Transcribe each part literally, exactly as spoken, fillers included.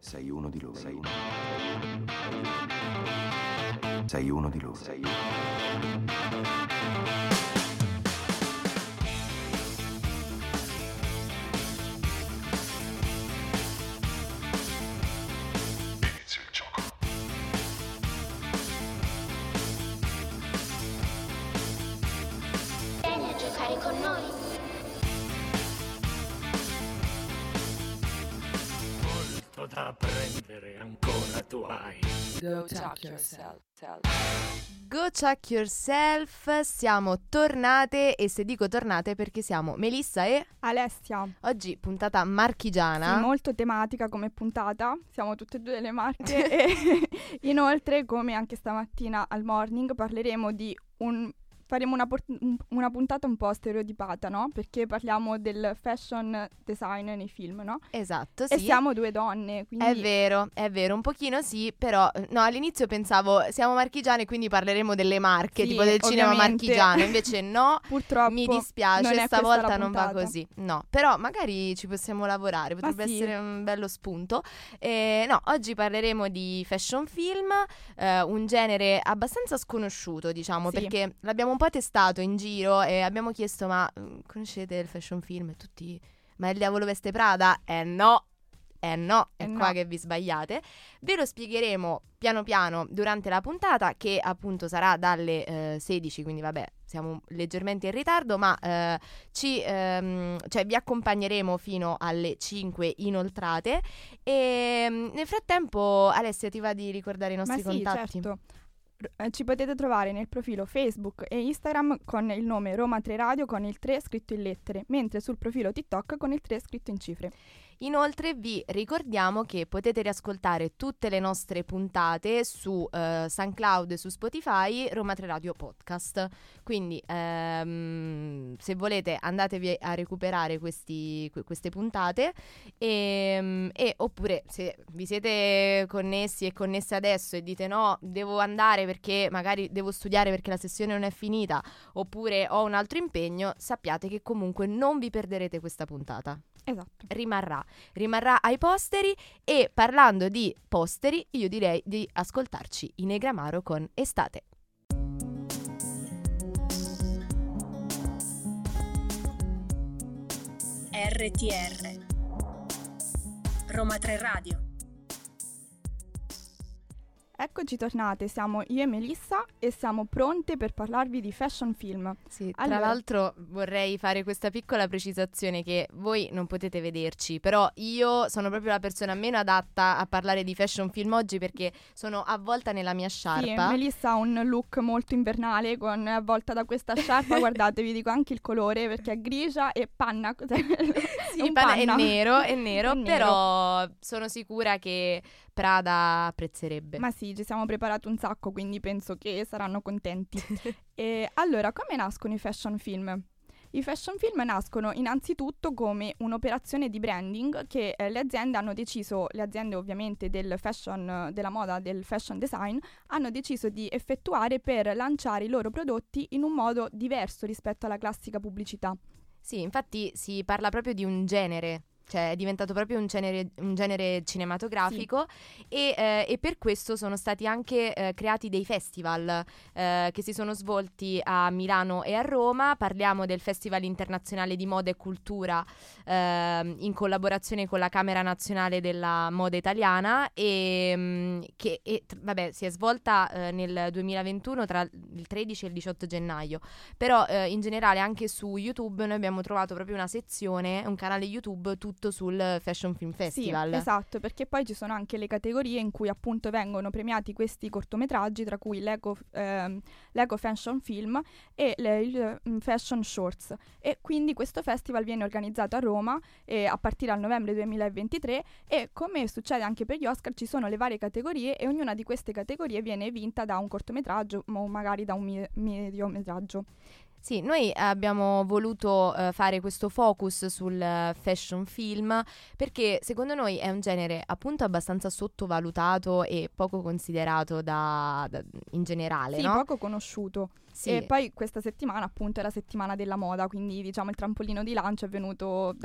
Sei uno di loro. Sei uno, sei uno di loro. Sei uno. Inizio il gioco. Vieni a giocare con noi. Da prendere ancora tu hai. Go check yourself. Go check yourself, siamo tornate e se dico tornate perché siamo Melissa e Alessia. oggi puntata marchigiana. Sì, molto tematica come puntata, siamo tutte e due delle Marche e inoltre come anche stamattina al morning parleremo di un... faremo una, port- una puntata un po' stereotipata, no? Perché parliamo del fashion design nei film, no? Esatto, sì. E siamo due donne, quindi... È vero, è vero, un pochino sì, però no, all'inizio pensavo siamo marchigiane quindi parleremo delle Marche, Sì, tipo del cinema ovviamente. marchigiano, invece no, Purtroppo mi non dispiace, è questa stavolta la non va puntata. così. No, però magari ci possiamo lavorare, potrebbe sì. essere un bello spunto. Eh, no, oggi parleremo di fashion film, eh, un genere abbastanza sconosciuto, diciamo, Sì. perché l'abbiamo un po' testato in giro e abbiamo chiesto ma mm, conoscete il fashion film? E tutti, ma il diavolo veste Prada? Eh no, eh no, è Eh qua no. che vi sbagliate. Ve lo spiegheremo piano piano durante la puntata che appunto sarà dalle eh, sedici, quindi vabbè siamo leggermente in ritardo, ma eh, ci, ehm, cioè, vi accompagneremo fino alle cinque inoltrate e mm, nel frattempo Alessia ti va di ricordare i nostri Ma sì, contatti? certo. R- eh, Ci potete trovare nel profilo Facebook e Instagram con il nome Roma tre Radio con il tre scritto in lettere, mentre sul profilo TikTok con il tre scritto in cifre. Inoltre vi ricordiamo che potete riascoltare tutte le nostre puntate su eh, SoundCloud e su Spotify Roma tre Radio Podcast. Quindi ehm, se volete andatevi a recuperare questi, que- queste puntate e, e oppure se vi siete connessi e connesse adesso e dite no, devo andare perché magari devo studiare perché la sessione non è finita oppure ho un altro impegno, sappiate che comunque non vi perderete questa puntata. Esatto. Rimarrà, rimarrà ai posteri e parlando di posteri io direi di ascoltarci in Negramaro con Estate. R T R Roma tre Radio. Eccoci tornate, siamo io e Melissa e siamo pronte per parlarvi di fashion film. Sì, tra Allora- l'altro vorrei fare questa piccola precisazione che voi non potete vederci, però io sono proprio la persona meno adatta a parlare di fashion film oggi perché sono avvolta nella mia Sì, sciarpa. Melissa ha un look molto invernale con avvolta da questa sciarpa, guardate, vi dico anche il colore perché è grigia e panna. Cos'è? Sì, un panna- è panna. nero, è nero, È nero. però sono sicura che Prada apprezzerebbe. Ma sì, ci siamo preparati un sacco, quindi penso che saranno contenti. E allora, come nascono i fashion film? I fashion film nascono innanzitutto come un'operazione di branding che eh, le aziende hanno deciso, le aziende ovviamente del fashion, della moda, del fashion design, hanno deciso di effettuare per lanciare i loro prodotti in un modo diverso rispetto alla classica pubblicità. Sì, infatti si parla proprio di un genere, cioè è diventato proprio un genere, un genere cinematografico e, eh, e per questo sono stati anche eh, creati dei festival eh, che si sono svolti a Milano e a Roma. Parliamo del Festival Internazionale di Moda e Cultura eh, in collaborazione con la Camera Nazionale della Moda Italiana e mh, che e, tr- vabbè, si è svolta eh, nel duemilaventuno tra il tredici e il diciotto gennaio. Però eh, in generale anche su YouTube noi abbiamo trovato proprio una sezione, un canale YouTube tutto sul Fashion Film Festival. Sì, esatto, perché poi ci sono anche le categorie in cui appunto vengono premiati questi cortometraggi, tra cui l'Eco, ehm, l'Eco Fashion Film e le, il mm, Fashion Shorts. E quindi questo festival viene organizzato a Roma eh, a partire dal novembre duemilaventitré e come succede anche per gli Oscar ci sono le varie categorie e ognuna di queste categorie viene vinta da un cortometraggio o magari da un mi- mediometraggio. Sì, noi abbiamo voluto eh, fare questo focus sul eh, fashion film perché secondo noi è un genere appunto abbastanza sottovalutato e poco considerato da, da- in generale, Sì, no? poco conosciuto. Sì. E poi questa settimana appunto è la settimana della moda, quindi diciamo il trampolino di lancio è venuto da sé.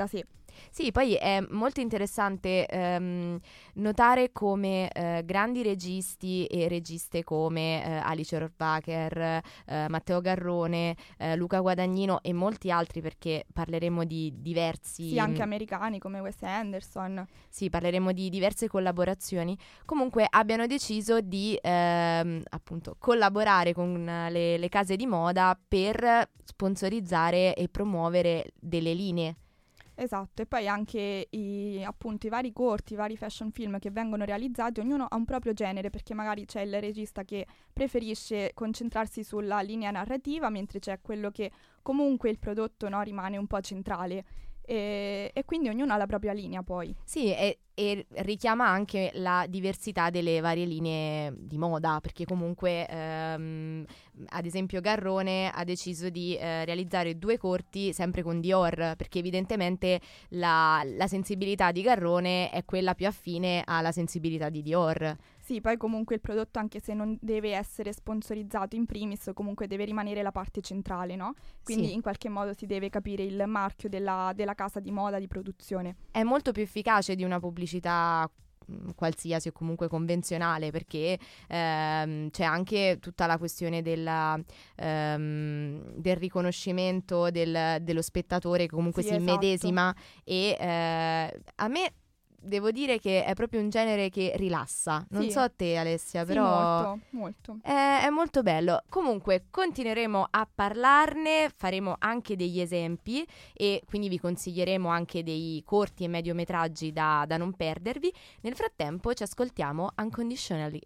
Sì, poi è molto interessante ehm, notare come eh, grandi registi e registe come eh, Alice Rohrwacher, eh, Matteo Garrone, eh, Luca Guadagnino e molti altri, perché parleremo di diversi... Sì, anche americani come Wes Anderson. Sì, parleremo di diverse collaborazioni. Comunque abbiano deciso di ehm, appunto collaborare con le, le case di moda per sponsorizzare e promuovere delle linee. Esatto, e poi anche i, appunto, i vari corti, i vari fashion film che vengono realizzati, ognuno ha un proprio genere, perché magari c'è il regista che preferisce concentrarsi sulla linea narrativa, mentre c'è quello che comunque il prodotto, no, rimane un po' centrale. E, e quindi ognuno ha la propria linea poi. Sì, e, e richiama anche la diversità delle varie linee di moda, perché comunque ehm, ad esempio Garrone ha deciso di eh, realizzare due corti sempre con Dior, perché evidentemente la, la sensibilità di Garrone è quella più affine alla sensibilità di Dior. Sì, poi comunque il prodotto, anche se non deve essere sponsorizzato in primis, comunque deve rimanere la parte centrale, no? Quindi Sì. in qualche modo si deve capire il marchio della, della casa di moda di produzione. È molto più efficace di una pubblicità mh, qualsiasi o comunque convenzionale, perché ehm, c'è anche tutta la questione della, ehm, del riconoscimento del- dello spettatore che comunque Sì, si esatto. immedesima e eh, a me devo dire che è proprio un genere che rilassa. Non Sì. so a te, Alessia, Sì, però molto, molto. è, è molto bello. Comunque continueremo a parlarne, faremo anche degli esempi e quindi vi consiglieremo anche dei corti e mediometraggi da, da non perdervi. Nel frattempo ci ascoltiamo Unconditionally.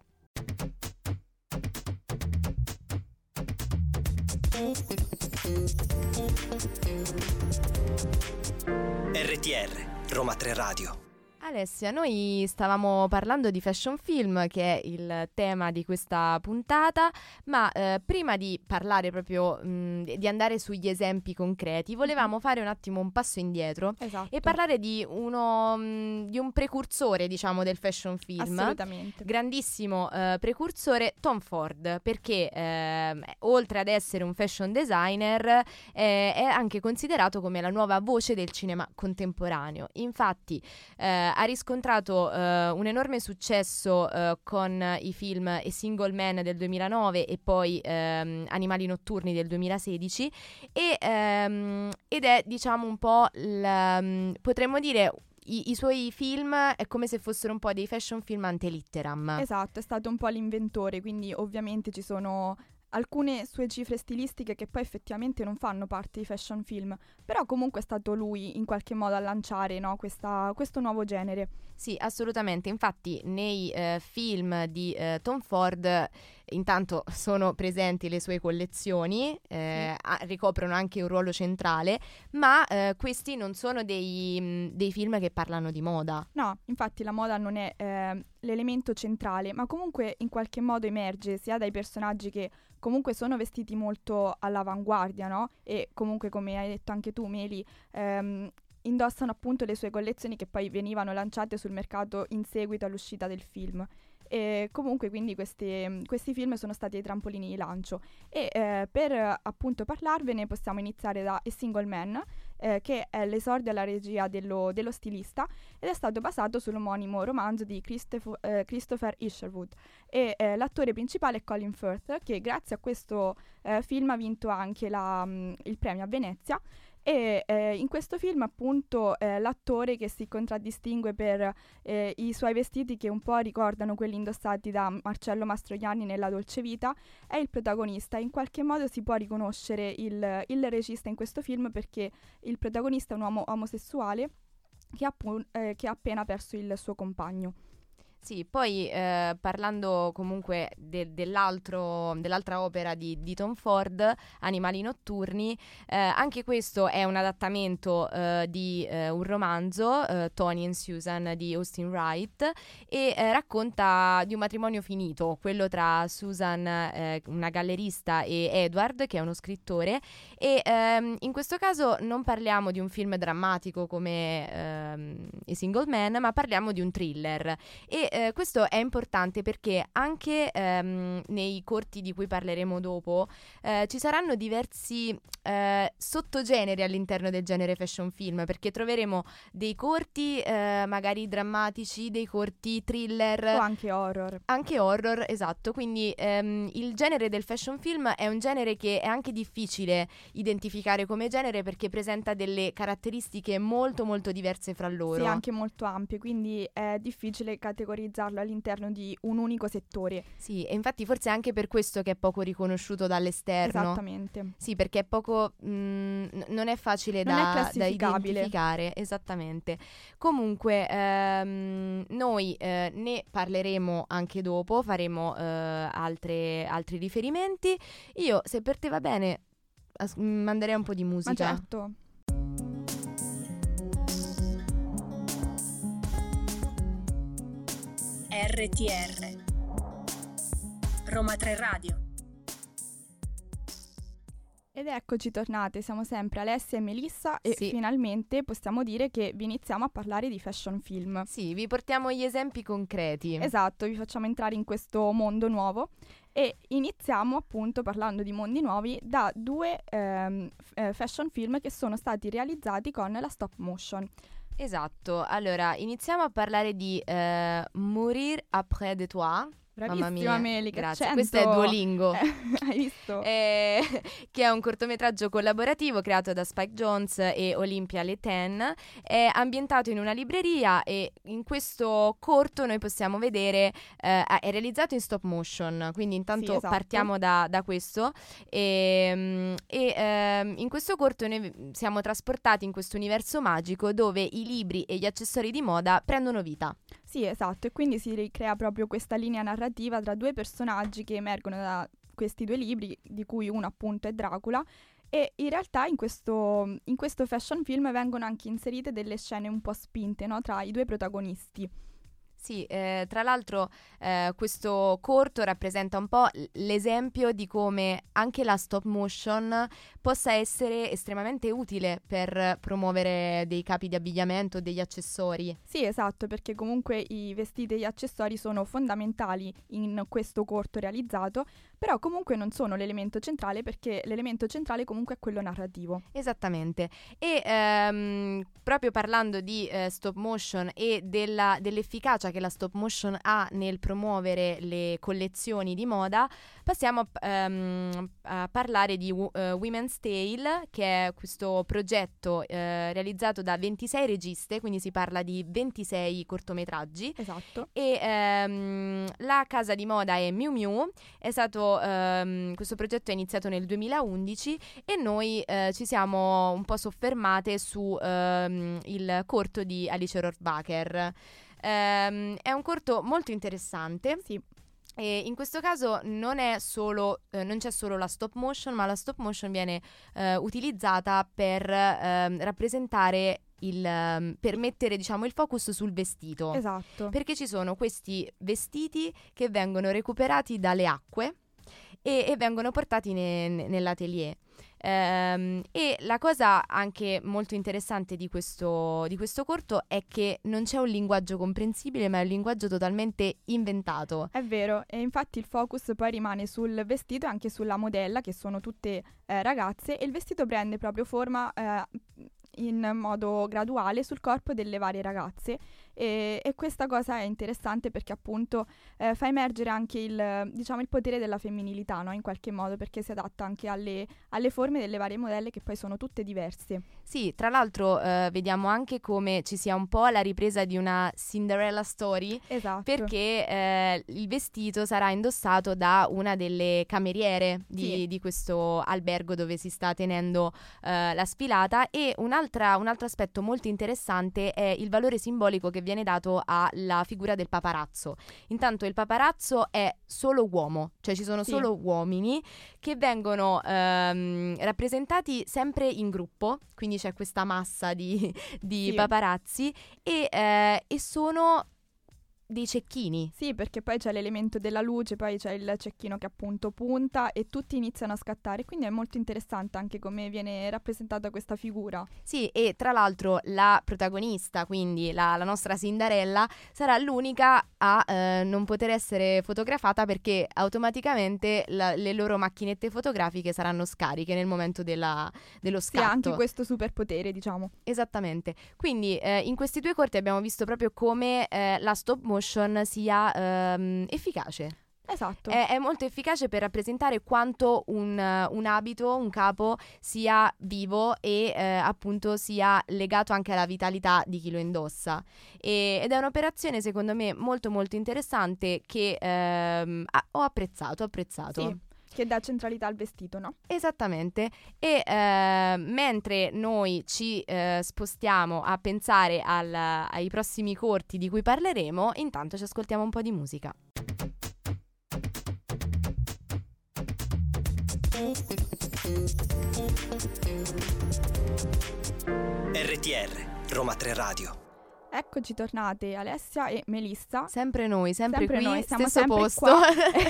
R T R, Roma tre Radio. Alessia, noi stavamo parlando di fashion film, che è il tema di questa puntata, ma eh, prima di parlare proprio, mh, di andare sugli esempi concreti, volevamo fare un attimo un passo indietro Esatto. e parlare di uno mh, di un precursore, diciamo, del fashion film. Assolutamente. Grandissimo eh, precursore, Tom Ford, perché ehm, oltre ad essere un fashion designer eh, è anche considerato come la nuova voce del cinema contemporaneo. Infatti eh, ha riscontrato eh, un enorme successo eh, con i film A Single Man del duemilanove e poi ehm, Animali notturni del duemilasedici e, ehm, ed è, diciamo, un po' il, potremmo dire i, i suoi film è come se fossero un po' dei fashion film ante litteram. Esatto, è stato un po' l'inventore, quindi ovviamente ci sono alcune sue cifre stilistiche che poi effettivamente non fanno parte di fashion film, però comunque è stato lui in qualche modo a lanciare, no, questa, questo nuovo genere. Sì, assolutamente. Infatti nei eh, film di eh, Tom Ford intanto sono presenti le sue collezioni, eh, a- ricoprono anche un ruolo centrale, ma eh, questi non sono dei, mh, dei film che parlano di moda. No, infatti la moda non è eh, l'elemento centrale, ma comunque in qualche modo emerge sia dai personaggi che comunque sono vestiti molto all'avanguardia, no? E comunque, come hai detto anche tu, Meli, ehm, indossano appunto le sue collezioni che poi venivano lanciate sul mercato in seguito all'uscita del film. E comunque quindi questi, questi film sono stati dei trampolini di lancio e eh, per eh, appunto parlarvene possiamo iniziare da A Single Man, eh, che è l'esordio alla regia dello, dello stilista ed è stato basato sull'omonimo romanzo di Christoph- eh, Christopher Isherwood e eh, l'attore principale è Colin Firth, che grazie a questo eh, film ha vinto anche la, mh, il premio a Venezia. E eh, in questo film appunto eh, l'attore che si contraddistingue per eh, i suoi vestiti che un po' ricordano quelli indossati da Marcello Mastroianni nella Dolce Vita è il protagonista. In qualche modo si può riconoscere il, il regista in questo film perché il protagonista è un uomo omosessuale che ha, appu- eh, che ha appena perso il suo compagno. Sì, poi eh, parlando comunque de- dell'altro, dell'altra opera di, di Tom Ford, Animali notturni, eh, anche questo è un adattamento eh, di eh, un romanzo, eh, Tony and Susan di Austin Wright, e eh, racconta di un matrimonio finito, quello tra Susan, eh, una gallerista, e Edward, che è uno scrittore, e ehm, in questo caso non parliamo di un film drammatico come ehm, A Single Man, ma parliamo di un thriller. E eh, questo è importante perché anche ehm, nei corti di cui parleremo dopo eh, ci saranno diversi eh, sottogeneri all'interno del genere fashion film, perché troveremo dei corti eh, magari drammatici, dei corti thriller o anche horror. Anche horror, esatto. Quindi ehm, il genere del fashion film è un genere che è anche difficile identificare come genere perché presenta delle caratteristiche molto molto diverse fra loro. Sì, anche molto ampie, quindi è difficile categorizzarlo all'interno di un unico settore. Sì, e infatti forse è anche per questo che è poco riconosciuto dall'esterno. Esattamente. Sì, perché è poco mh, non è facile non da, è da identificare, esattamente. Comunque ehm, noi eh, ne parleremo anche dopo, faremo eh, altre, altri riferimenti. Io, se per te va bene, as- manderei un po' di musica. Ma certo. R T R Roma tre Radio. Ed eccoci tornate, siamo sempre Alessia e Melissa e Sì. finalmente possiamo dire che vi iniziamo a parlare di fashion film. Sì, vi portiamo gli esempi concreti. Esatto, vi facciamo entrare in questo mondo nuovo e iniziamo appunto parlando di mondi nuovi da due ehm, f- eh, fashion film che sono stati realizzati con la stop motion. Esatto, allora iniziamo a parlare di eh, Mourir après de toi. Bravissima Mamma mia, Meli, che grazie. accento. Questo è Duolingo. Eh, hai visto? Eh, che è un cortometraggio collaborativo creato da Spike Jonze e Olympia Le Ten. È ambientato in una libreria e in questo corto noi possiamo vedere eh, è realizzato in stop motion, quindi intanto Sì, esatto. partiamo da, da questo e, e ehm, in questo corto noi siamo trasportati in questo universo magico dove i libri e gli accessori di moda prendono vita. Sì, esatto, e quindi si ricrea proprio questa linea narrativa tra due personaggi che emergono da questi due libri, di cui uno appunto è Dracula, e in realtà in questo, in questo fashion film vengono anche inserite delle scene un po' spinte, no, tra i due protagonisti. Sì, eh, tra l'altro eh, questo corto rappresenta un po' l- l'esempio di come anche la stop motion possa essere estremamente utile per promuovere dei capi di abbigliamento, degli accessori. Sì, esatto, perché comunque i vestiti e gli accessori sono fondamentali in questo corto realizzato, però comunque non sono l'elemento centrale perché l'elemento centrale comunque è quello narrativo. Esattamente. E ehm, proprio parlando di eh, stop motion e della, dell'efficacia che la stop motion ha nel promuovere le collezioni di moda, passiamo a, ehm, a parlare di uh, Women's Tale, che è questo progetto eh, realizzato da ventisei registe, quindi si parla di ventisei cortometraggi. Esatto. E ehm, la casa di moda è Miu Miu. È stato ehm, questo progetto è iniziato nel duemilaundici e noi eh, ci siamo un po' soffermate su ehm, il corto di Alice Rohrwacher. Ehm, è un corto molto interessante. Sì. E in questo caso non è solo eh, non c'è solo la stop motion, ma la stop motion viene eh, utilizzata per ehm, rappresentare il ehm, per mettere, diciamo, il focus sul vestito. Esatto. Perché ci sono questi vestiti che vengono recuperati dalle acque e, e vengono portati ne, ne- nell'atelier. Ehm, e la cosa anche molto interessante di questo, di questo corto è che non c'è un linguaggio comprensibile, ma è un linguaggio totalmente inventato. È vero, e infatti il focus poi rimane sul vestito e anche sulla modella, che sono tutte eh, ragazze, e il vestito prende proprio forma eh, in modo graduale sul corpo delle varie ragazze e, e questa cosa è interessante perché appunto eh, fa emergere anche il, diciamo, il potere della femminilità, no? In qualche modo, perché si adatta anche alle, alle forme delle varie modelle che poi sono tutte diverse. Sì, tra l'altro eh, vediamo anche come ci sia un po' la ripresa di una Cinderella story, Esatto. perché eh, il vestito sarà indossato da una delle cameriere di, Sì. di questo albergo dove si sta tenendo eh, la sfilata. E un'altra, un altro aspetto molto interessante è il valore simbolico che viene dato alla figura del paparazzo. Intanto il paparazzo è solo uomo, cioè ci sono Sì. solo uomini che vengono ehm, rappresentati sempre in gruppo, quindi c'è questa massa di, di Sì. paparazzi e, eh, e sono dei cecchini. Sì, perché poi c'è l'elemento della luce, poi c'è il cecchino che appunto punta e tutti iniziano a scattare, quindi è molto interessante anche come viene rappresentata questa figura. Sì, e tra l'altro la protagonista, quindi la, la nostra Cinderella, sarà l'unica a eh, non poter essere fotografata perché automaticamente la- le loro macchinette fotografiche saranno scariche nel momento della- dello Sì, ha anche scatto. questo superpotere, diciamo. Esattamente. Quindi eh, in questi due corti abbiamo visto proprio come eh, la stop motion sia ehm, efficace. Esatto. È, è molto efficace per rappresentare quanto un, eh, un abito, un capo sia vivo e eh, appunto sia legato anche alla vitalità di chi lo indossa. E- ed è un'operazione secondo me molto molto interessante che ehm, ha- ho apprezzato, ho apprezzato. Sì, che dà centralità al vestito, no? Esattamente, e eh, mentre noi ci eh, spostiamo a pensare al- ai prossimi corti di cui parleremo, intanto ci ascoltiamo un po' di musica. R T R, Roma tre Radio. Eccoci tornate Alessia e Melissa. Sempre noi, sempre, Sempre qui, noi, siamo stesso sempre posto. qua.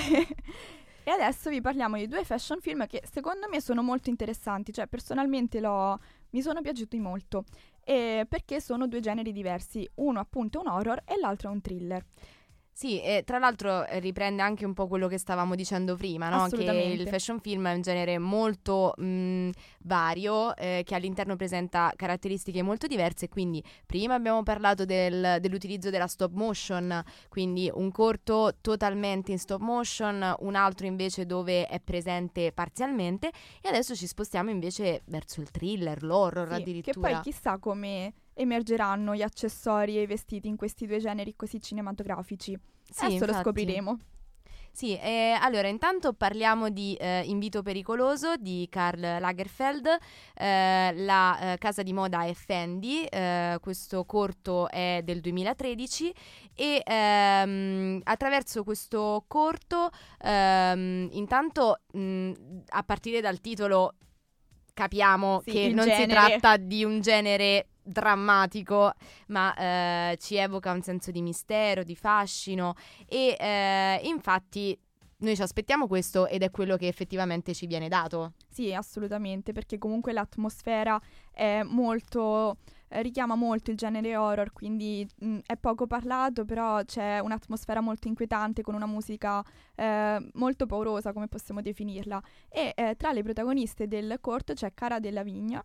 E adesso vi parliamo di due fashion film che secondo me sono molto interessanti, cioè personalmente l'ho, mi sono piaciuti molto, e perché sono due generi diversi, uno appunto è un horror e l'altro è un thriller. Sì, e tra l'altro eh, riprende anche un po' quello che stavamo dicendo prima, no? Che Assolutamente. il fashion film è un genere molto mh, vario, eh, che all'interno presenta caratteristiche molto diverse. Quindi prima abbiamo parlato del- dell'utilizzo della stop motion, quindi un corto totalmente in stop motion, un altro invece dove è presente parzialmente, e adesso ci spostiamo invece verso il thriller, l'horror Sì, che addirittura. poi chissà come emergeranno gli accessori e i vestiti in questi due generi così cinematografici. Sì, Adesso lo infatti. scopriremo. Sì, eh, allora intanto parliamo di eh, Invito pericoloso di Karl Lagerfeld, eh, la eh, casa di moda è Fendi, eh, questo corto è del duemilatredici e ehm, attraverso questo corto ehm, intanto mh, a partire dal titolo capiamo Sì, che il non si genere. tratta di un genere drammatico, ma eh, ci evoca un senso di mistero, di fascino e eh, infatti noi ci aspettiamo questo ed è quello che effettivamente ci viene dato. Sì, assolutamente, perché comunque l'atmosfera è molto, eh, richiama molto il genere horror, quindi mh, è poco parlato, però c'è un'atmosfera molto inquietante con una musica eh, molto paurosa, come possiamo definirla. E eh, tra le protagoniste del corto c'è Cara Delevingne,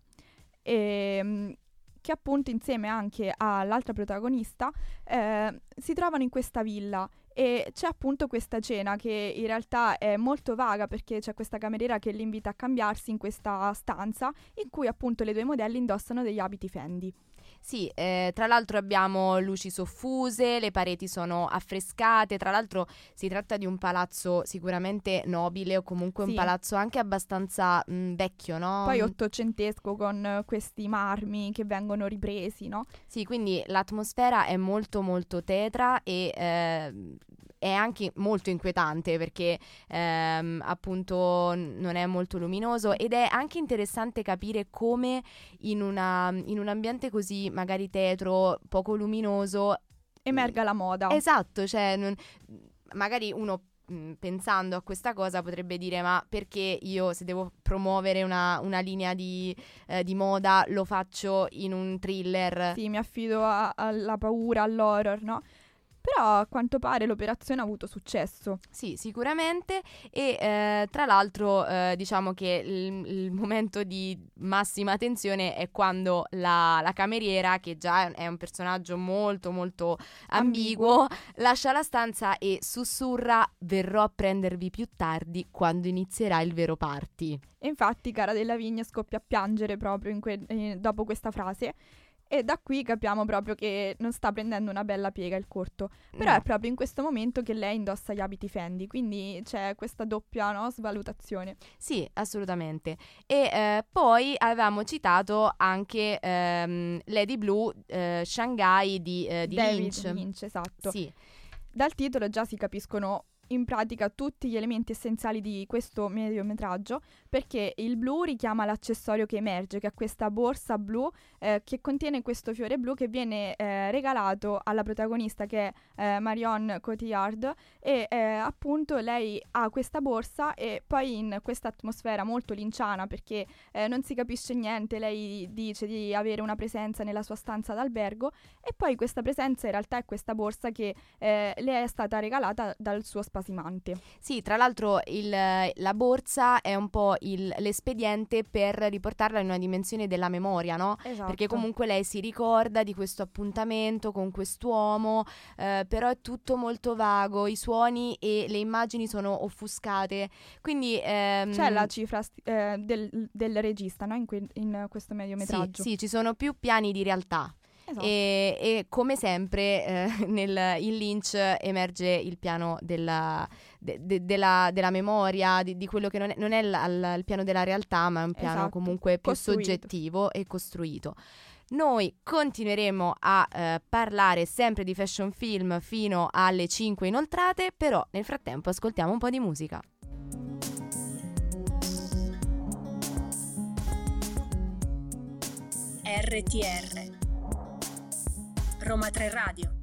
e, mh, che appunto insieme anche all'altra protagonista eh, si trovano in questa villa. E c'è appunto questa cena che in realtà è molto vaga perché c'è questa cameriera che li invita a cambiarsi in questa stanza in cui appunto le due modelle indossano degli abiti Fendi. Sì, eh, tra l'altro abbiamo luci soffuse, le pareti sono affrescate, tra l'altro si tratta di un palazzo sicuramente nobile o comunque un Sì. palazzo anche abbastanza mh, vecchio, no? Poi ottocentesco con eh, questi marmi che vengono ripresi, no? Sì, quindi l'atmosfera è molto molto tetra e eh, è anche molto inquietante perché ehm, appunto n- non è molto luminoso ed è anche interessante capire come in, una, in un ambiente così magari tetro, poco luminoso. Emerga la moda. Esatto, cioè non- magari uno mh, pensando a questa cosa potrebbe dire ma perché io se devo promuovere una, una linea di, eh, di moda lo faccio in un thriller? Sì, mi affido a- alla paura, all'horror, no? Però a quanto pare l'operazione ha avuto successo. Sì, sicuramente e eh, tra l'altro eh, diciamo che il, il momento di massima tensione è quando la, la cameriera, che già è un personaggio molto molto ambiguo, lascia la stanza e sussurra verrò a prendervi più tardi quando inizierà il vero party. E infatti Cara Delevingne scoppia a piangere proprio in que- eh, dopo questa frase. E da qui capiamo proprio che non sta prendendo una bella piega il corto. Però No. è proprio in questo momento che lei indossa gli abiti Fendi, quindi c'è questa doppia, no, svalutazione. Sì, assolutamente. E eh, poi avevamo citato anche ehm, Lady Blue, eh, Shanghai di, eh, di David Lynch. Lynch, esatto. Sì. Dal titolo già si capiscono in pratica tutti gli elementi essenziali di questo mediometraggio, perché il blu richiama l'accessorio che emerge, che è questa borsa blu eh, che contiene questo fiore blu che viene eh, regalato alla protagonista, che è eh, Marion Cotillard, e eh, appunto lei ha questa borsa e poi in questa atmosfera molto linciana, perché eh, non si capisce niente, lei dice di avere una presenza nella sua stanza d'albergo e poi questa presenza in realtà è questa borsa che eh, le è stata regalata dal suo spasimante. Sì, tra l'altro il, la borsa è un po' il, l'espediente per riportarla in una dimensione della memoria, no? Esatto. Perché comunque lei si ricorda di questo appuntamento con quest'uomo, eh, però è tutto molto vago, i suoni e le immagini sono offuscate, quindi ehm, c'è la cifra st- eh, del, del regista, no? in, que- in questo mediometraggio. Sì, sì, ci sono più piani di realtà. Esatto. E, e come sempre eh, nel, in Lynch emerge il piano della, de, de, della, della memoria, di, di quello che non è, non è l, l, il piano della realtà, ma è un piano esatto. comunque più Costruito. soggettivo e costruito. Noi continueremo a eh, parlare sempre di fashion film fino alle cinque inoltrate, però nel frattempo ascoltiamo un po' di musica. R T R Roma tre Radio.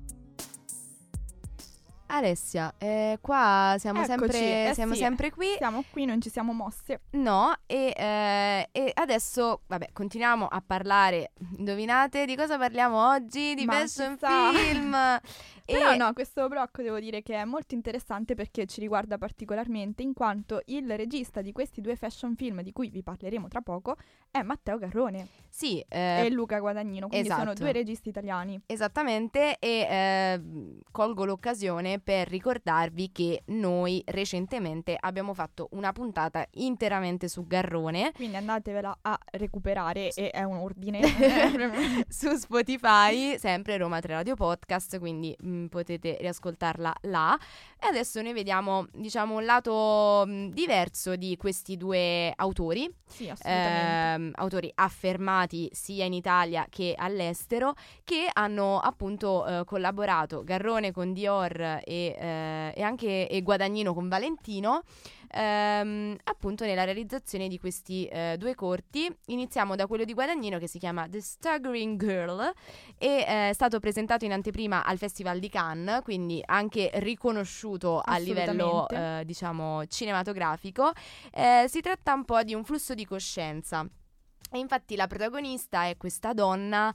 Alessia, eh, qua siamo, Eccoci, sempre, eh siamo sì, sempre qui. Siamo qui, non ci siamo mosse. No, e, eh, e adesso, vabbè, continuiamo a parlare. Indovinate di cosa parliamo oggi? Di Ma fashion ci sta. film. Però E- no, questo blocco devo dire che è molto interessante perché ci riguarda particolarmente, in quanto il regista di questi due fashion film, di cui vi parleremo tra poco, è Matteo Garrone Sì, eh, e Luca Guadagnino, quindi sono esatto. due registi italiani. esattamente, e eh, colgo l'occasione per ricordarvi che noi recentemente abbiamo fatto una puntata interamente su Garrone Quindi andatevela a recuperare, e è un ordine. su Spotify, sempre Roma tre Radio Podcast, quindi mh, potete riascoltarla là. E adesso noi vediamo, diciamo, un lato mh, diverso di questi due autori, Sì, assolutamente. ehm, autori affermati sia in Italia che all'estero, che hanno appunto eh, collaborato, Garrone con Dior e, eh, e anche e Guadagnino con Valentino, ehm, appunto nella realizzazione di questi eh, due corti. Iniziamo da quello di Guadagnino, che si chiama The Staggering Girl e eh, è stato presentato in anteprima al Festival di Cannes, quindi anche riconosciuto a livello Assolutamente. eh, diciamo cinematografico. Eh, si tratta un po' di un flusso di coscienza. E infatti la protagonista è questa donna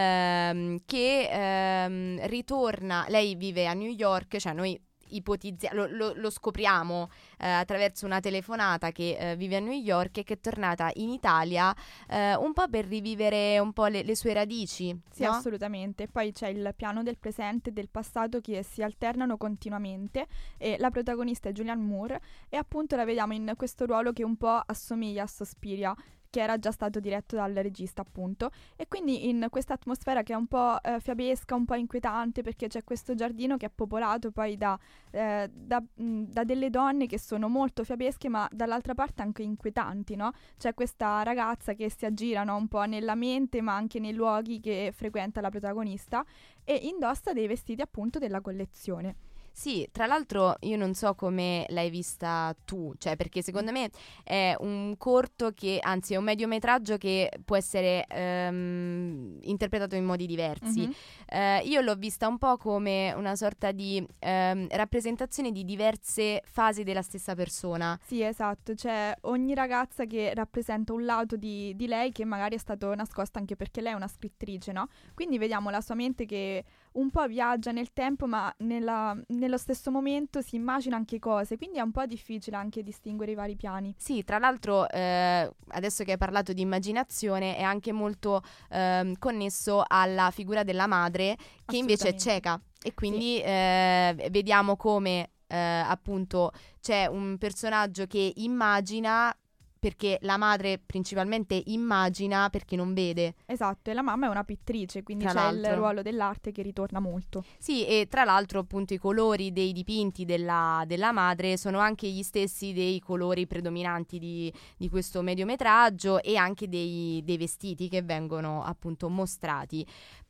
ehm, che ehm, ritorna, lei vive a New York, cioè noi ipotizziamo, lo, lo, lo scopriamo eh, attraverso una telefonata, che eh, vive a New York e che è tornata in Italia eh, un po' per rivivere un po' le, le sue radici. Sì, no? assolutamente. Poi c'è il piano del presente e del passato che si alternano continuamente, e la protagonista è Julianne Moore e appunto la vediamo in questo ruolo che un po' assomiglia a Suspiria, che era già stato diretto dal regista appunto, e quindi in questa atmosfera che è un po' eh, fiabesca, un po' inquietante, perché c'è questo giardino che è popolato poi da, eh, da, mh, da delle donne che sono molto fiabesche, ma dall'altra parte anche inquietanti, no? C'è questa ragazza che si aggirano un po' nella mente ma anche nei luoghi che frequenta la protagonista, e indossa dei vestiti appunto della collezione. Sì, tra l'altro io non so come l'hai vista tu, cioè perché secondo me è un corto che, anzi è un mediometraggio che può essere ehm, interpretato in modi diversi. Mhm. Eh, io l'ho vista un po' come una sorta di ehm, rappresentazione di diverse fasi della stessa persona. Sì, esatto, c'è ogni ragazza che rappresenta un lato di, di lei che magari è stato nascosto anche perché lei è una scrittrice, no? Quindi vediamo la sua mente che un po' viaggia nel tempo, ma nella, nello stesso momento si immagina anche cose, quindi è un po' difficile anche distinguere i vari piani. Sì, tra l'altro eh, adesso che hai parlato di immaginazione è anche molto ehm, connesso alla figura della madre, che invece è Assolutamente. cieca, e quindi eh, vediamo come eh, appunto c'è un personaggio che immagina, perché la madre principalmente immagina perché non vede. Esatto, e la mamma è una pittrice, quindi Tra c'è il l'altro. ruolo dell'arte che ritorna molto. Sì, e tra l'altro appunto i colori dei dipinti della, della madre sono anche gli stessi dei colori predominanti di, di questo mediometraggio, e anche dei, dei vestiti che vengono appunto mostrati.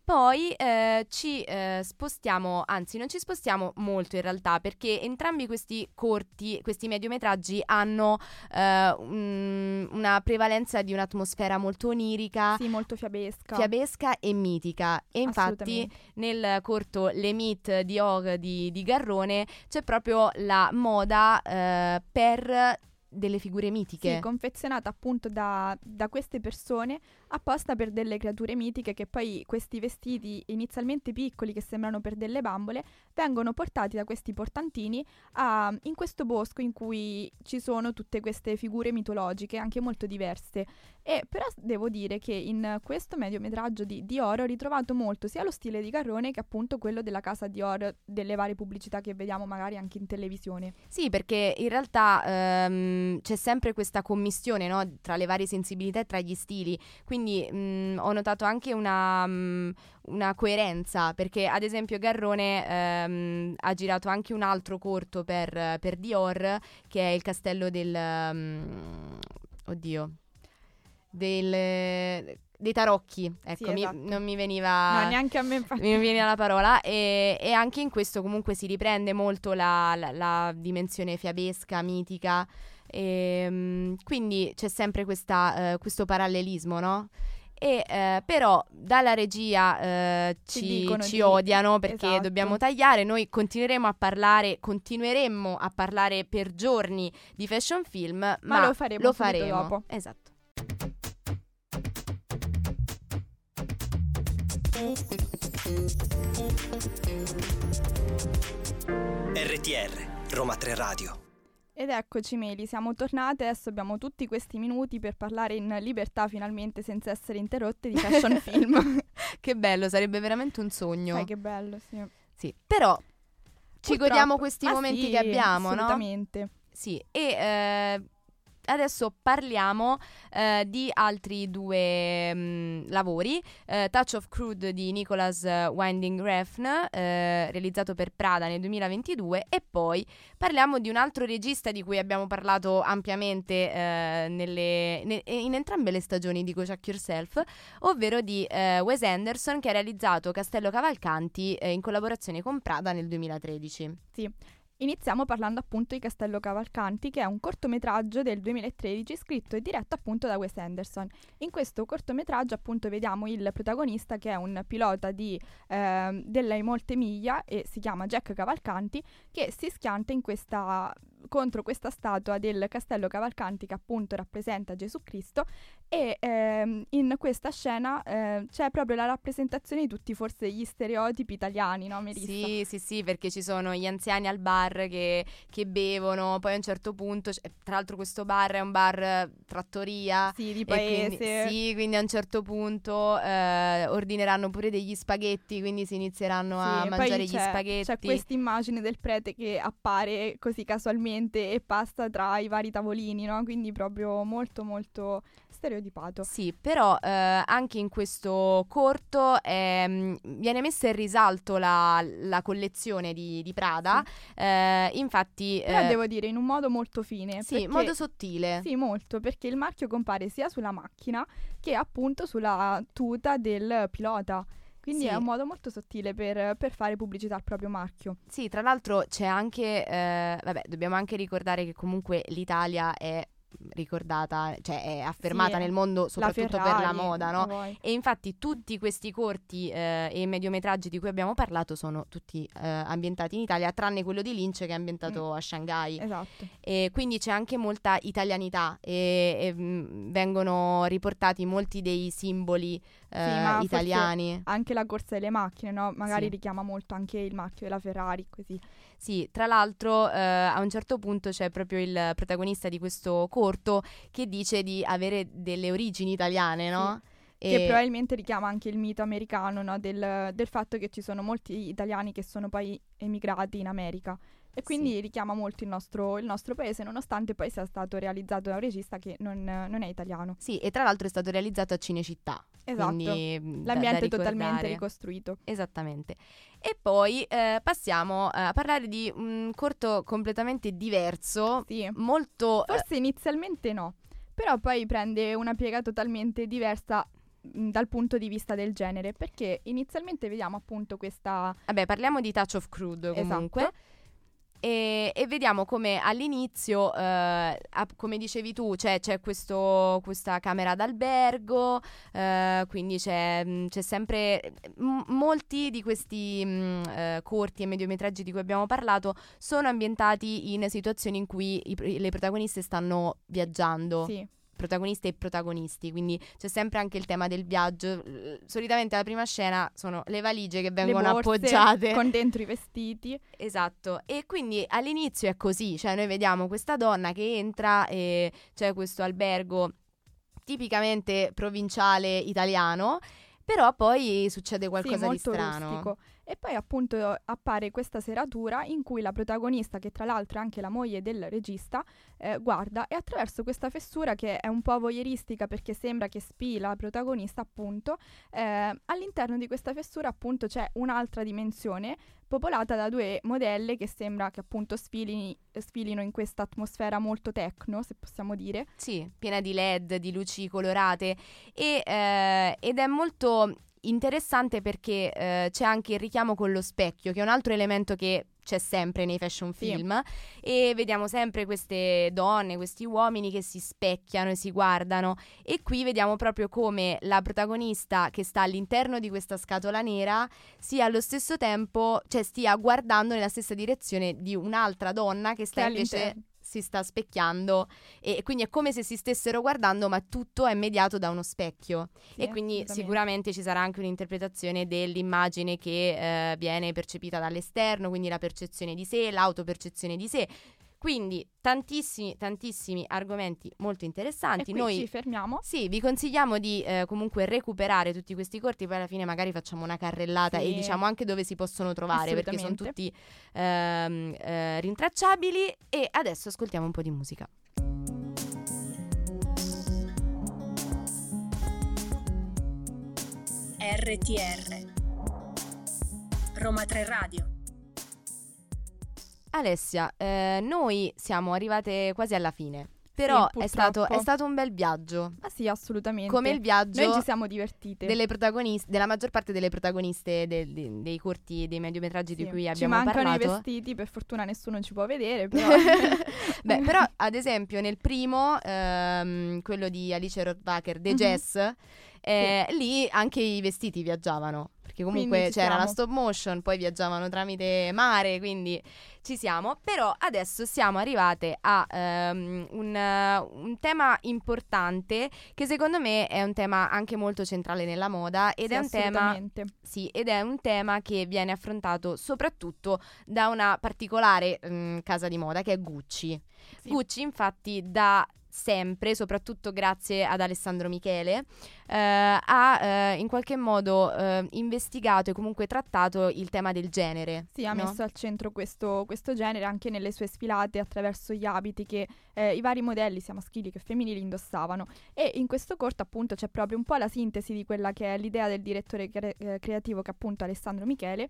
Poi eh, ci eh, spostiamo, anzi non ci spostiamo molto in realtà, perché entrambi questi corti, questi mediometraggi hanno eh, un, una prevalenza di un'atmosfera molto onirica, Sì, molto fiabesca. fiabesca e mitica. E infatti Assolutamente. nel corto Les Mythes d'Or di, di Garrone c'è proprio la moda eh, per delle figure mitiche. Sì, confezionata appunto da, da queste persone apposta per delle creature mitiche, che poi questi vestiti inizialmente piccoli che sembrano per delle bambole vengono portati da questi portantini a, in questo bosco in cui ci sono tutte queste figure mitologiche anche molto diverse. E però devo dire che in questo mediometraggio di Dior ho ritrovato molto sia lo stile di Garrone che appunto quello della casa Dior, delle varie pubblicità che vediamo magari anche in televisione. Sì, perché in realtà ehm, c'è sempre questa commistione, no, tra le varie sensibilità e tra gli stili, quindi mh, ho notato anche una, mh, una coerenza, perché ad esempio Garrone ehm, ha girato anche un altro corto per, per Dior, che è il castello del... mh, oddio... Del, dei tarocchi, ecco, Sì, mi- esatto. non mi veniva No, neanche a me infatti. mi viene la parola, e, e anche in questo comunque si riprende molto la, la- la dimensione fiabesca, mitica, e, mm, quindi c'è sempre questa, eh, questo parallelismo, no? E eh, però dalla regia eh, Ci ci, dicono ci di- odiano perché esatto. dobbiamo tagliare. Noi continueremo a parlare, continueremmo a parlare per giorni di fashion film, ma, Ma lo faremo lo subito faremo. dopo. Esatto. R T R, Roma tre Radio. Ed eccoci Meli, siamo tornate, adesso abbiamo tutti questi minuti per parlare in libertà finalmente senza essere interrotte di fashion film. Che bello, sarebbe veramente un sogno. Sai che bello, sì. Sì, però ci Purtroppo- godiamo questi ma momenti sì, che abbiamo, no? assolutamente. Sì, e eh, adesso parliamo eh, di altri due mh, lavori, eh, Touch of Crude di Nicholas Winding Refn, eh, realizzato per Prada nel duemilaventidue, e poi parliamo di un altro regista di cui abbiamo parlato ampiamente eh, nelle, ne- in entrambe le stagioni di Go Check Yourself, ovvero di eh, Wes Anderson, che ha realizzato Castello Cavalcanti eh, in collaborazione con Prada nel duemilatredici. Sì. Iniziamo parlando appunto di Castello Cavalcanti, che è un cortometraggio del duemilatredici scritto e diretto appunto da Wes Anderson. In questo cortometraggio appunto vediamo il protagonista, che è un pilota di ehm, delle molte miglia e si chiama Jack Cavalcanti, che si schianta in questa contro questa statua del Castello Cavalcanti che appunto rappresenta Gesù Cristo, e ehm, in questa scena eh, c'è proprio la rappresentazione di tutti forse gli stereotipi italiani, no Melissa? Sì, sì, sì, perché ci sono gli anziani al bar che, che bevono, poi a un certo punto, c- tra l'altro questo bar è un bar eh, trattoria, Sì, di e paese. quindi, sì, quindi a un certo punto eh, ordineranno pure degli spaghetti, quindi si inizieranno a Sì, poi mangiare gli c'è- spaghetti. C'è questa immagine del prete che appare così casualmente e passa tra i vari tavolini, no? Quindi proprio molto molto stereotipato. Sì, però eh, anche in questo corto ehm, viene messa in risalto la, la collezione di, di Prada, eh, infatti... Però eh, devo dire in un modo molto fine. sì, perché- modo sottile. Sì, molto, perché il marchio compare sia sulla macchina che appunto sulla tuta del pilota. Quindi Sì. è un modo molto sottile per, per fare pubblicità al proprio marchio. Sì, tra l'altro c'è anche, eh, vabbè, dobbiamo anche ricordare che comunque l'Italia è ricordata, cioè è affermata Sì, nel mondo soprattutto la per la Ferrari, moda, no? ma vuoi. E infatti tutti questi corti eh, e mediometraggi di cui abbiamo parlato sono tutti eh, ambientati in Italia, tranne quello di Lynch che è ambientato a Shanghai. Esatto. E quindi c'è anche molta italianità e, e, mh, vengono riportati molti dei simboli eh, ma forse italiani. Anche la corsa delle macchine, no? Magari Sì. richiama molto anche il marchio della Ferrari, così. Sì, tra l'altro eh, a un certo punto c'è proprio il protagonista di questo corto che dice di avere delle origini italiane, no? Che E- probabilmente richiama anche il mito americano, no? del, del fatto che ci sono molti italiani che sono poi emigrati in America. E quindi Sì. richiama molto il nostro, il nostro paese, nonostante poi sia stato realizzato da un regista che non, non è italiano. Sì, e tra l'altro è stato realizzato a Cinecittà. Esatto. Quindi, mh, da- L'ambiente da è totalmente ricordare. ricostruito. Esattamente. E poi eh, passiamo eh, a parlare di un corto completamente diverso, Sì. molto... eh, Forse inizialmente no, però poi prende una piega totalmente diversa mh, dal punto di vista del genere, perché inizialmente vediamo appunto questa... Vabbè, parliamo di Touch of Crude comunque. Esatto. E, e vediamo come all'inizio, eh, a- come dicevi tu, c'è, c'è questo, questa camera d'albergo, eh, quindi c'è, mh, c'è sempre m- molti di questi mh, eh, corti e mediometraggi di cui abbiamo parlato sono ambientati in situazioni in cui i pr- le protagoniste stanno viaggiando. Sì. Protagoniste e protagonisti, quindi c'è sempre anche il tema del viaggio. L- Solitamente la prima scena sono le valigie che vengono Le borse appoggiate con dentro i vestiti. Esatto, e quindi all'inizio è così, cioè noi vediamo questa donna che entra e c'è questo albergo tipicamente provinciale italiano, però poi succede qualcosa Sì, di molto strano. rustico. E poi appunto appare questa serratura in cui la protagonista, che tra l'altro è anche la moglie del regista, eh, guarda, e attraverso questa fessura, che è un po' voyeuristica perché sembra che spii la protagonista appunto, eh, all'interno di questa fessura appunto c'è un'altra dimensione popolata da due modelle che sembra che appunto sfilini, sfilino in questa atmosfera molto techno, se possiamo dire. Sì, piena di L E D, di luci colorate e, eh, ed è molto interessante perché eh, c'è anche il richiamo con lo specchio, che è un altro elemento che c'è sempre nei fashion Sì. film, e vediamo sempre queste donne, questi uomini che si specchiano e si guardano, e qui vediamo proprio come la protagonista che sta all'interno di questa scatola nera sia allo stesso tempo, cioè stia guardando nella stessa direzione di un'altra donna che sta Che invece all'interno. si sta specchiando, e quindi è come se si stessero guardando, ma tutto è mediato da uno specchio. Sì, E quindi assolutamente. sicuramente ci sarà anche un'interpretazione dell'immagine che eh, viene percepita dall'esterno, quindi la percezione di sé, l'autopercezione di sé. Quindi tantissimi, tantissimi argomenti molto interessanti. E qui Noi ci fermiamo. sì, vi consigliamo di eh, comunque recuperare tutti questi corti, poi alla fine magari facciamo una carrellata Sì. e diciamo anche dove si possono trovare, perché sono Assolutamente. tutti ehm, eh, rintracciabili. E adesso ascoltiamo un po' di musica. R T R Roma tre Radio. Alessia, eh, noi siamo arrivate quasi alla fine, però Sì, è, stato, purtroppo. è stato un bel viaggio, Ah sì, assolutamente. come il viaggio Noi ci siamo divertite. delle protagoniste, della maggior parte delle protagoniste del- de- dei corti e dei mediometraggi di Sì. cui Ci abbiamo mancano parlato. i vestiti, per fortuna nessuno ci può vedere, però... Beh, però ad esempio nel primo, ehm, quello di Alice Rohrwacher, The Mhm. Jazz, eh, lì anche i vestiti viaggiavano, perché comunque Quindi ci c'era la siamo. stop motion, poi viaggiavano tramite mare, quindi ci siamo. Però adesso siamo arrivate a ehm, un, eh, un tema importante, che secondo me è un tema anche molto centrale nella moda, ed Sì, è un tema assolutamente. sì, ed è un tema che viene affrontato soprattutto da una particolare mm, casa di moda, che è Gucci. Sì. Gucci infatti da sempre, soprattutto grazie ad Alessandro Michele, eh, ha eh, in qualche modo eh, investigato e comunque trattato il tema del genere. Sì, ha no? messo al centro questo, questo genere anche nelle sue sfilate, attraverso gli abiti che eh, i vari modelli, sia maschili che femminili, indossavano. E in questo corto appunto c'è proprio un po' la sintesi di quella che è l'idea del direttore cre- eh, creativo, che è appunto Alessandro Michele.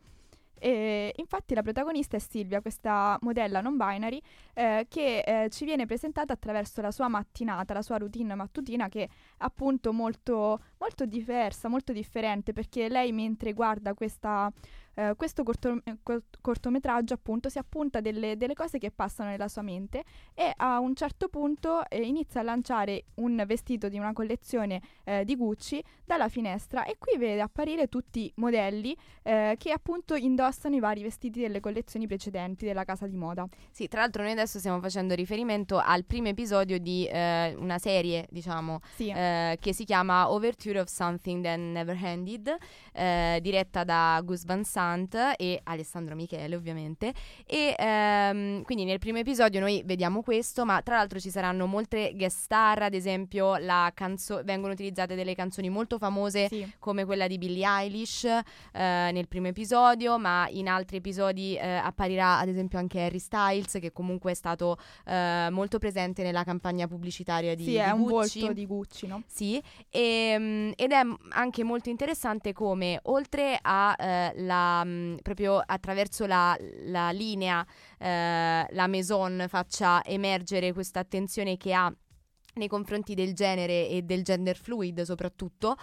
E infatti la protagonista è Silvia, questa modella non binary eh, che eh, ci viene presentata attraverso la sua mattinata, la sua routine mattutina, che è appunto molto, molto diversa, molto differente, perché lei, mentre guarda questa, eh, questo corto- eh, cort- cortometraggio appunto, si appunta delle, delle cose che passano nella sua mente, e a un certo punto eh, inizia a lanciare un vestito di una collezione eh, di Gucci dalla finestra, e qui vede apparire tutti i modelli eh, che appunto indossano i vari vestiti delle collezioni precedenti della casa di moda. Sì, tra l'altro noi adesso stiamo facendo riferimento al primo episodio di eh, una serie, diciamo, Sì, eh, che si chiama Overture of Something That Never Ended, eh, diretta da Gus Van Sant e Alessandro Michele, ovviamente. E ehm, quindi nel primo episodio noi vediamo questo, ma tra l'altro ci saranno molte guest star, ad esempio la canzo- vengono utilizzate delle canzoni molto famose sì. come quella di Billie Eilish eh, nel primo episodio, ma in altri episodi eh, apparirà ad esempio anche Harry Styles, che comunque è stato eh, molto presente nella campagna pubblicitaria di, Sì, di è un Gucci. volto di Gucci, no? Sì, e, mm, ed è m- anche molto interessante come oltre a eh, la mm, proprio attraverso la, la linea eh, la Maison faccia emergere questa attenzione che ha nei confronti del genere e del gender fluid soprattutto.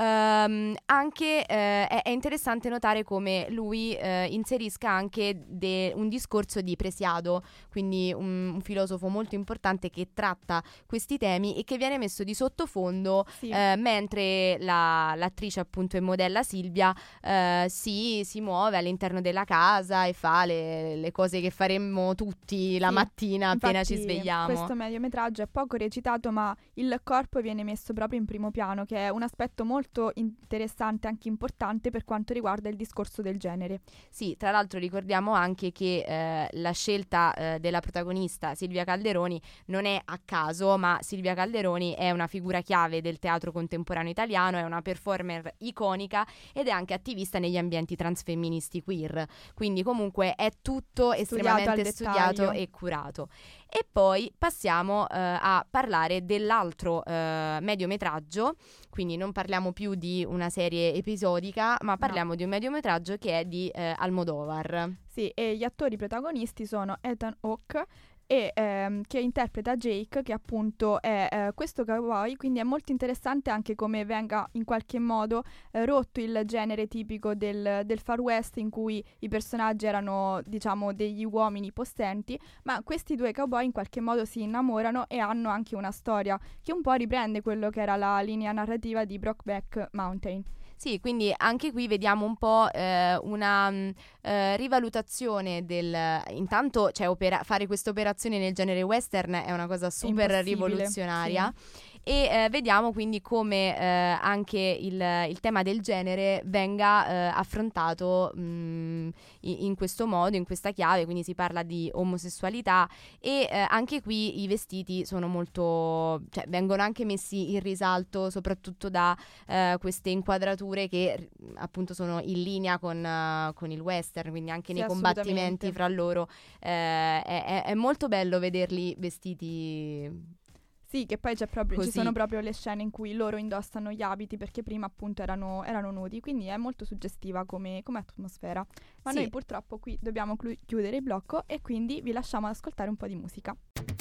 Um, anche eh, è, è interessante notare come lui eh, inserisca anche de- un discorso di Presiado, quindi un, un filosofo molto importante che tratta questi temi e che viene messo di sottofondo, Sì. eh, mentre la, l'attrice appunto e modella Silvia eh, si, si muove all'interno della casa e fa le, le cose che faremmo tutti la Sì. mattina appena Infatti, ci svegliamo. Questo mediometraggio è poco recitato, ma il corpo viene messo proprio in primo piano, che è un aspetto molto interessante, anche importante per quanto riguarda il discorso del genere. Sì, tra l'altro ricordiamo anche che eh, la scelta eh, della protagonista Silvia Calderoni non è a caso, ma Silvia Calderoni è una figura chiave del teatro contemporaneo italiano, è una performer iconica ed è anche attivista negli ambienti transfemministi queer, quindi comunque è tutto Studiato estremamente al studiato dettaglio. e curato. E poi passiamo eh, a parlare dell'altro eh, mediometraggio, quindi non parliamo più di una serie episodica, ma parliamo No. di un mediometraggio che è di eh, Almodovar. Sì, e gli attori protagonisti sono Ethan Hawke, e, ehm, che interpreta Jake, che appunto è eh, questo cowboy, quindi è molto interessante anche come venga in qualche modo eh, rotto il genere tipico del, del Far West, in cui i personaggi erano, diciamo, degli uomini possenti, ma questi due cowboy in qualche modo si innamorano e hanno anche una storia che un po' riprende quello che era la linea narrativa di Brokeback Mountain. Sì, quindi anche qui vediamo un po' eh, una mh, eh, rivalutazione del... Intanto, cioè, opera- fare questa operazione nel genere western è una cosa super impossibile, rivoluzionaria. sì. E eh, vediamo quindi come eh, anche il, il tema del genere venga eh, affrontato mh, in, in questo modo, in questa chiave, quindi si parla di omosessualità e eh, anche qui i vestiti sono molto, cioè vengono anche messi in risalto soprattutto da eh, queste inquadrature che appunto sono in linea con, uh, con il western, quindi anche Sì, nei combattimenti assolutamente. fra loro eh, è, è- è molto bello vederli vestiti. Sì, che poi c'è proprio, ci Così. sono proprio le scene in cui loro indossano gli abiti, perché prima appunto erano, erano nudi, quindi è molto suggestiva come, come atmosfera. Ma Sì. noi purtroppo qui dobbiamo clu- chiudere il blocco e quindi vi lasciamo ad ascoltare un po' di musica.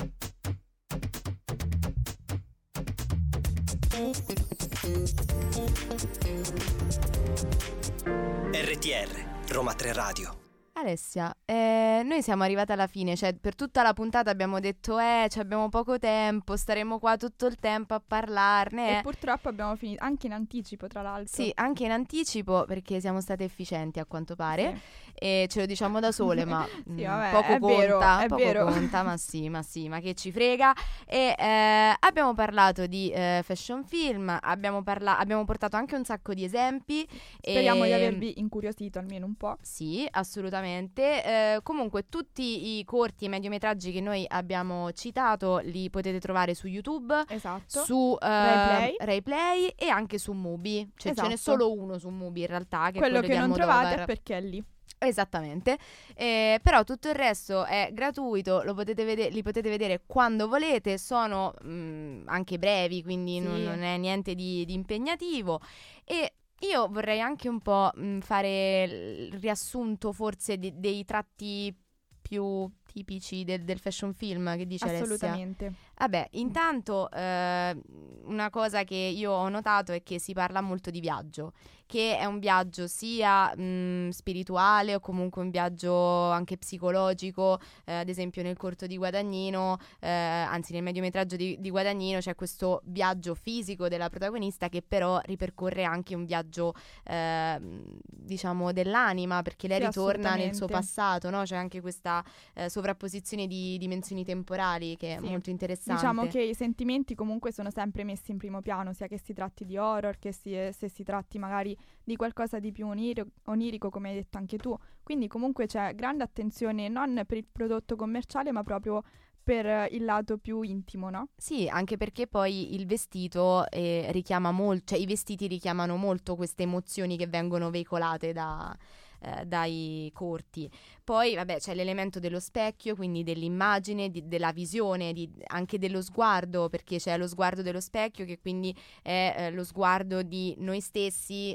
R T R, Roma tre Radio. Alessia, eh, noi siamo arrivati alla fine, cioè per tutta la puntata abbiamo detto eh, cioè, abbiamo poco tempo, staremo qua tutto il tempo a parlarne. E eh. purtroppo abbiamo finito, anche in anticipo tra l'altro. Sì, anche in anticipo perché siamo state efficienti a quanto pare Sì. e ce lo diciamo da sole, ma Sì, mm, vabbè, poco è conta, vero, è poco vero. conta, ma sì, ma sì, ma che ci frega. E eh, abbiamo parlato di eh, fashion film, abbiamo, parla- abbiamo portato anche un sacco di esempi. Speriamo e... di avervi incuriosito almeno un po'. Sì, assolutamente. Eh, comunque tutti i corti e mediometraggi che noi abbiamo citato li potete trovare su YouTube, Esatto. su eh, RaiPlay. RaiPlay e anche su Mubi. Cioè ce n'è Esatto. solo uno su Mubi in realtà, che Quello è quello che di non Almodovar. trovate è perché è lì. Esattamente, eh, però tutto il resto è gratuito, lo potete vede- li potete vedere quando volete, sono mh, anche brevi, quindi Sì. non, non è niente di, di impegnativo. E io vorrei anche un po' mh, fare il riassunto forse di- dei tratti più tipici del, del fashion film, che dice Alessia? Assolutamente. Vabbè, intanto eh, una cosa che io ho notato è che si parla molto di viaggio, che è un viaggio sia mh, spirituale o comunque un viaggio anche psicologico, eh, ad esempio nel corto di Guadagnino, eh, anzi nel mediometraggio di, di Guadagnino c'è questo viaggio fisico della protagonista che però ripercorre anche un viaggio eh, diciamo dell'anima, perché lei Sì, ritorna nel suo assolutamente. passato, no? C'è anche questa eh, sovrapposizione di dimensioni temporali che è Sì. molto interessante. Diciamo che i sentimenti comunque sono sempre messi in primo piano, sia che si tratti di horror, che si, se si tratti magari di qualcosa di più oniro- onirico, come hai detto anche tu. Quindi comunque c'è grande attenzione non per il prodotto commerciale, ma proprio per eh, il lato più intimo, no? Sì, anche perché poi il vestito eh, richiama molto, cioè i vestiti richiamano molto queste emozioni che vengono veicolate da, eh, dai corti. Poi, vabbè, c'è l'elemento dello specchio, quindi dell'immagine, di- della visione, di- anche dello sguardo, perché c'è lo sguardo dello specchio che quindi è eh, lo sguardo di noi stessi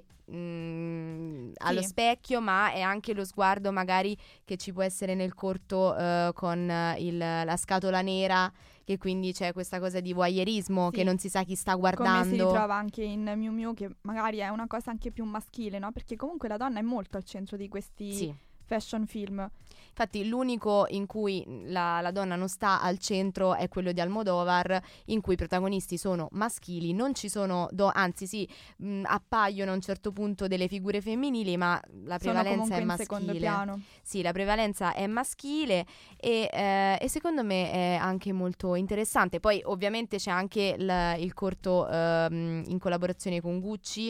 mh, allo Sì. specchio, ma è anche lo sguardo magari che ci può essere nel corto eh, con eh, il- la scatola nera che quindi c'è questa cosa di voyeurismo, Sì. che non si sa chi sta Come si guardando. ritrova anche in Miu Miu, che magari è una cosa anche più maschile, no? Perché comunque la donna è molto al centro di questi Sì. fashion film. Infatti l'unico in cui la, la donna non sta al centro è quello di Almodovar, in cui i protagonisti sono maschili, non ci sono, do- anzi sì, mh, appaiono a un certo punto delle figure femminili, ma la Sono prevalenza comunque è in maschile. secondo piano. Sì, la prevalenza è maschile e, eh, e secondo me è anche molto interessante. Poi ovviamente c'è anche il, il corto ehm, in collaborazione con Gucci,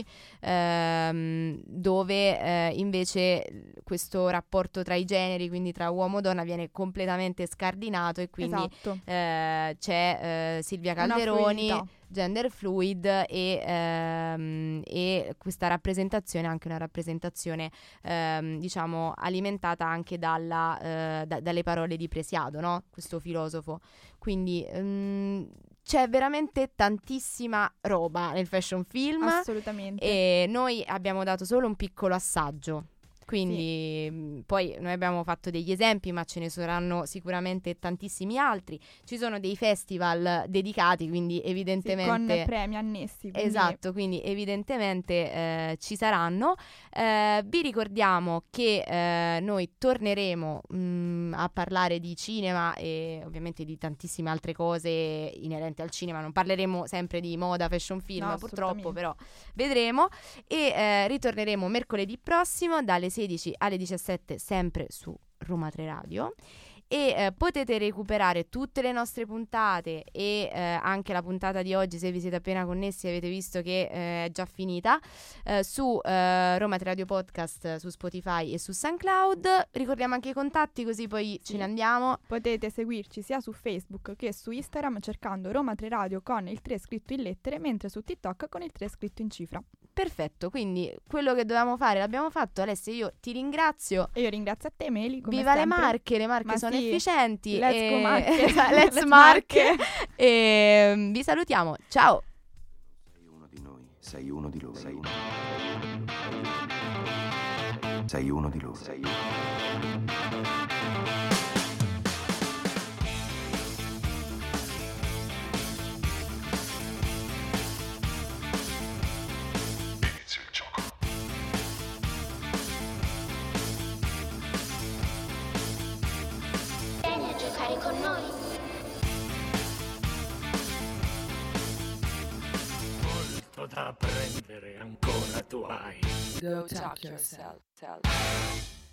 ehm, dove eh, invece questo rapporto tra i generi, quindi tra uomo e donna, viene completamente scardinato e quindi Esatto. eh, c'è eh, Silvia Una Calderoni, fluidità. gender fluid e, ehm, e questa rappresentazione è anche una rappresentazione ehm, diciamo alimentata anche dalla, eh, da- dalle parole di Presiado, no? Questo filosofo, quindi ehm, c'è veramente tantissima roba nel fashion film Assolutamente. e noi abbiamo dato solo un piccolo assaggio. Quindi mh, poi noi abbiamo fatto degli esempi, ma ce ne saranno sicuramente tantissimi altri. Ci sono dei festival dedicati, quindi Sì, evidentemente con premi annessi. quindi- esatto, quindi evidentemente eh, ci saranno. Eh, vi ricordiamo che eh, noi torneremo mh, a parlare di cinema e ovviamente di tantissime altre cose inerenti al cinema. Non parleremo sempre di moda, fashion film, No, purtroppo, assolutamente. però vedremo. E eh, ritorneremo mercoledì prossimo dalle sedici alle diciassette, sempre su Roma tre Radio. E eh, potete recuperare tutte le nostre puntate e eh, anche la puntata di oggi, se vi siete appena connessi avete visto che eh, è già finita, eh, su eh, Roma tre Radio Podcast, su Spotify e su SoundCloud. Ricordiamo anche i contatti, così poi Sì. ce ne andiamo. Potete seguirci sia su Facebook che su Instagram cercando Roma tre Radio con il tre scritto in lettere, mentre su TikTok con il tre scritto in cifra. Perfetto, quindi quello che dovevamo fare l'abbiamo fatto. Alessia, io ti ringrazio. E io ringrazio a te, Meli, come Viva sempre. le marche, le marche Ma sono sì, efficienti. let's e... go marche. Esatto, let's, Let's marche. marche. E mm, vi salutiamo. Ciao. Sei uno di noi, sei uno di loro. Sei uno di loro. Sei uno di loro. Sei uno di loro. Vieni a giocare con noi. Molto da apprendere ancora tu hai. Go talk yourself.